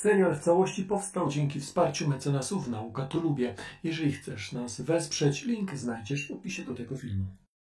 Serial w całości powstał dzięki wsparciu mecenasów Nauka to Lubię. Jeżeli chcesz nas wesprzeć, link znajdziesz w opisie do tego filmu.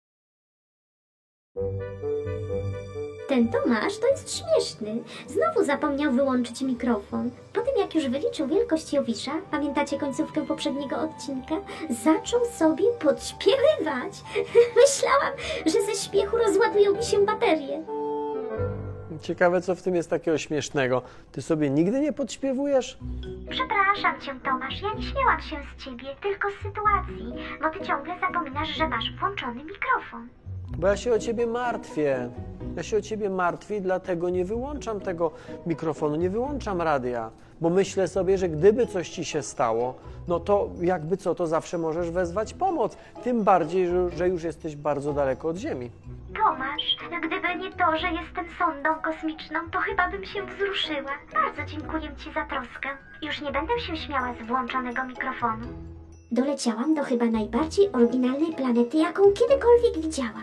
Ten Tomasz to jest śmieszny. Znowu zapomniał wyłączyć mikrofon. Po tym jak już wyliczył wielkość Jowisza, pamiętacie końcówkę poprzedniego odcinka? Zaczął sobie podśpiewywać. Myślałam, że ze śmiechu rozładują mi się baterie. Ciekawe, co w tym jest takiego śmiesznego. Ty sobie nigdy nie podśpiewujesz? Przepraszam cię, Tomasz, ja nie śmiałam się z ciebie, tylko z sytuacji, bo ty ciągle zapominasz, że masz włączony mikrofon. Bo ja się o ciebie martwię. Ja się o ciebie martwię i dlatego nie wyłączam tego mikrofonu, nie wyłączam radia. Bo myślę sobie, że gdyby coś ci się stało, no to jakby co, to zawsze możesz wezwać pomoc. Tym bardziej, że już jesteś bardzo daleko od Ziemi. Tomasz, gdyby nie to, że jestem sondą kosmiczną, to chyba bym się wzruszyła. Bardzo dziękuję ci za troskę. Już nie będę się śmiała z włączonego mikrofonu. Doleciałam do chyba najbardziej oryginalnej planety, jaką kiedykolwiek widziałam.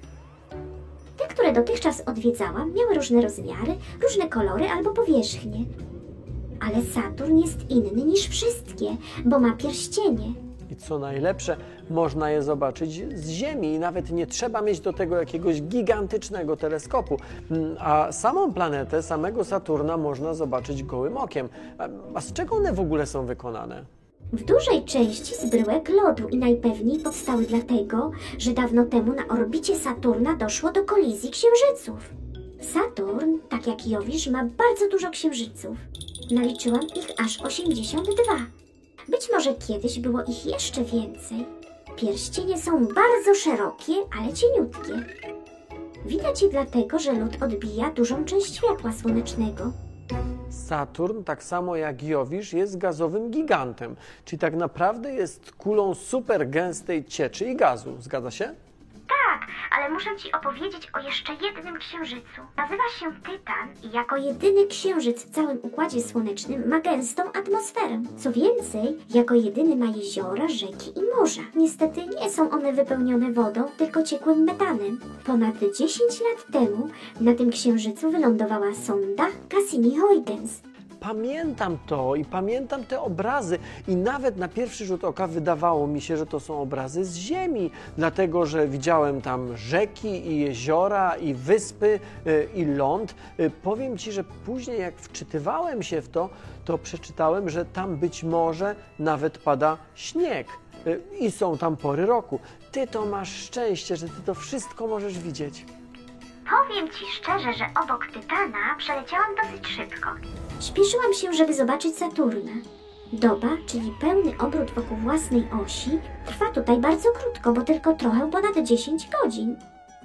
Te, które dotychczas odwiedzałam, miały różne rozmiary, różne kolory albo powierzchnie. Ale Saturn jest inny niż wszystkie, bo ma pierścienie. I co najlepsze, można je zobaczyć z Ziemi i nawet nie trzeba mieć do tego jakiegoś gigantycznego teleskopu. A samą planetę, samego Saturna można zobaczyć gołym okiem. A z czego one w ogóle są wykonane? W dużej części z bryłek lodu i najpewniej powstały dlatego, że dawno temu na orbicie Saturna doszło do kolizji księżyców. Saturn, tak jak Jowisz, ma bardzo dużo księżyców. Naliczyłam ich aż 82. Być może kiedyś było ich jeszcze więcej. Pierścienie są bardzo szerokie, ale cieniutkie. Widać je dlatego, że lód odbija dużą część światła słonecznego. Saturn, tak samo jak Jowisz, jest gazowym gigantem, czyli tak naprawdę jest kulą super gęstej cieczy i gazu. Zgadza się? Tak, ale muszę ci opowiedzieć o jeszcze jednym księżycu. Nazywa się Tytan i jako jedyny księżyc w całym Układzie Słonecznym ma gęstą atmosferę. Co więcej, jako jedyny ma jeziora, rzeki i morza. Niestety nie są one wypełnione wodą, tylko ciekłym metanem. Ponad 10 lat temu na tym księżycu wylądowała sonda Cassini-Huygens. Pamiętam to i pamiętam te obrazy i nawet na pierwszy rzut oka wydawało mi się, że to są obrazy z Ziemi, dlatego że widziałem tam rzeki i jeziora i wyspy i ląd. Powiem ci, że później jak wczytywałem się w to, to przeczytałem, że tam być może nawet pada śnieg i są tam pory roku. Ty to masz szczęście, że ty to wszystko możesz widzieć. Powiem ci szczerze, że obok Tytana przeleciałam dosyć szybko. Śpieszyłam się, żeby zobaczyć Saturna. Doba, czyli pełny obrót wokół własnej osi, trwa tutaj bardzo krótko, bo tylko trochę ponad 10 godzin.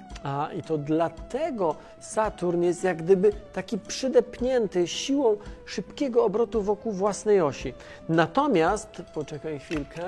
A i to dlatego Saturn jest jak gdyby taki przydepnięty siłą szybkiego obrotu wokół własnej osi. Natomiast, poczekaj chwilkę,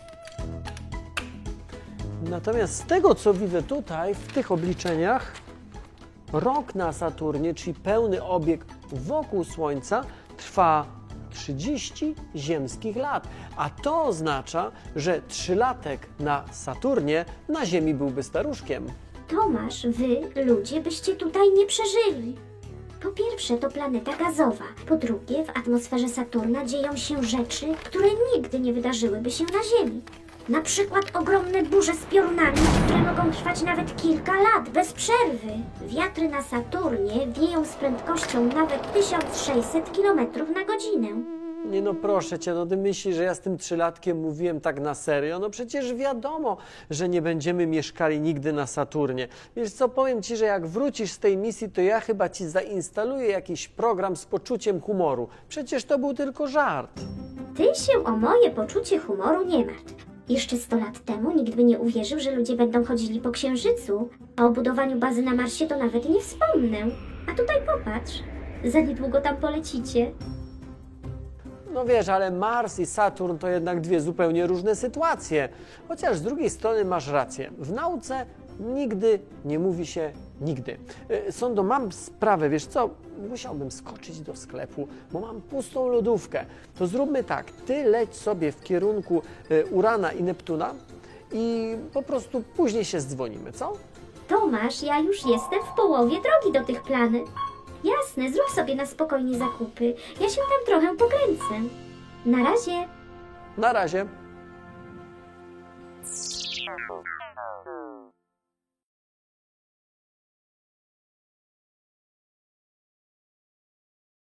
natomiast z tego co widzę tutaj w tych obliczeniach, rok na Saturnie, czyli pełny obieg wokół Słońca, trwa 30 ziemskich lat, a to oznacza, że 3-latek na Saturnie na Ziemi byłby staruszkiem. Tomasz, wy, ludzie, byście tutaj nie przeżyli. Po pierwsze, to planeta gazowa. Po drugie, w atmosferze Saturna dzieją się rzeczy, które nigdy nie wydarzyłyby się na Ziemi. Na przykład ogromne burze z piorunami, które mogą trwać nawet kilka lat, bez przerwy. Wiatry na Saturnie wieją z prędkością nawet 1600 km na godzinę. Nie no proszę cię, no ty myślisz, że ja z tym 3-latkiem mówiłem tak na serio? No przecież wiadomo, że nie będziemy mieszkali nigdy na Saturnie. Wiesz co, powiem ci, że jak wrócisz z tej misji, to ja chyba ci zainstaluję jakiś program z poczuciem humoru. Przecież to był tylko żart. Ty się o moje poczucie humoru nie martw. Jeszcze 100 lat temu nikt by nie uwierzył, że ludzie będą chodzili po Księżycu, a o budowaniu bazy na Marsie to nawet nie wspomnę. A tutaj popatrz, za niedługo tam polecicie. No wiesz, ale Mars i Saturn to jednak dwie zupełnie różne sytuacje. Chociaż z drugiej strony masz rację. W nauce nigdy nie mówi się nigdy. Sondo, mam sprawę, wiesz co? Musiałbym skoczyć do sklepu, bo mam pustą lodówkę. To zróbmy tak, ty leć sobie w kierunku Urana i Neptuna i po prostu później się zdzwonimy, co? Tomasz, ja już jestem w połowie drogi do tych planet. Jasne, zrób sobie na spokojnie zakupy. Ja się tam trochę pokręcę. Na razie. Na razie.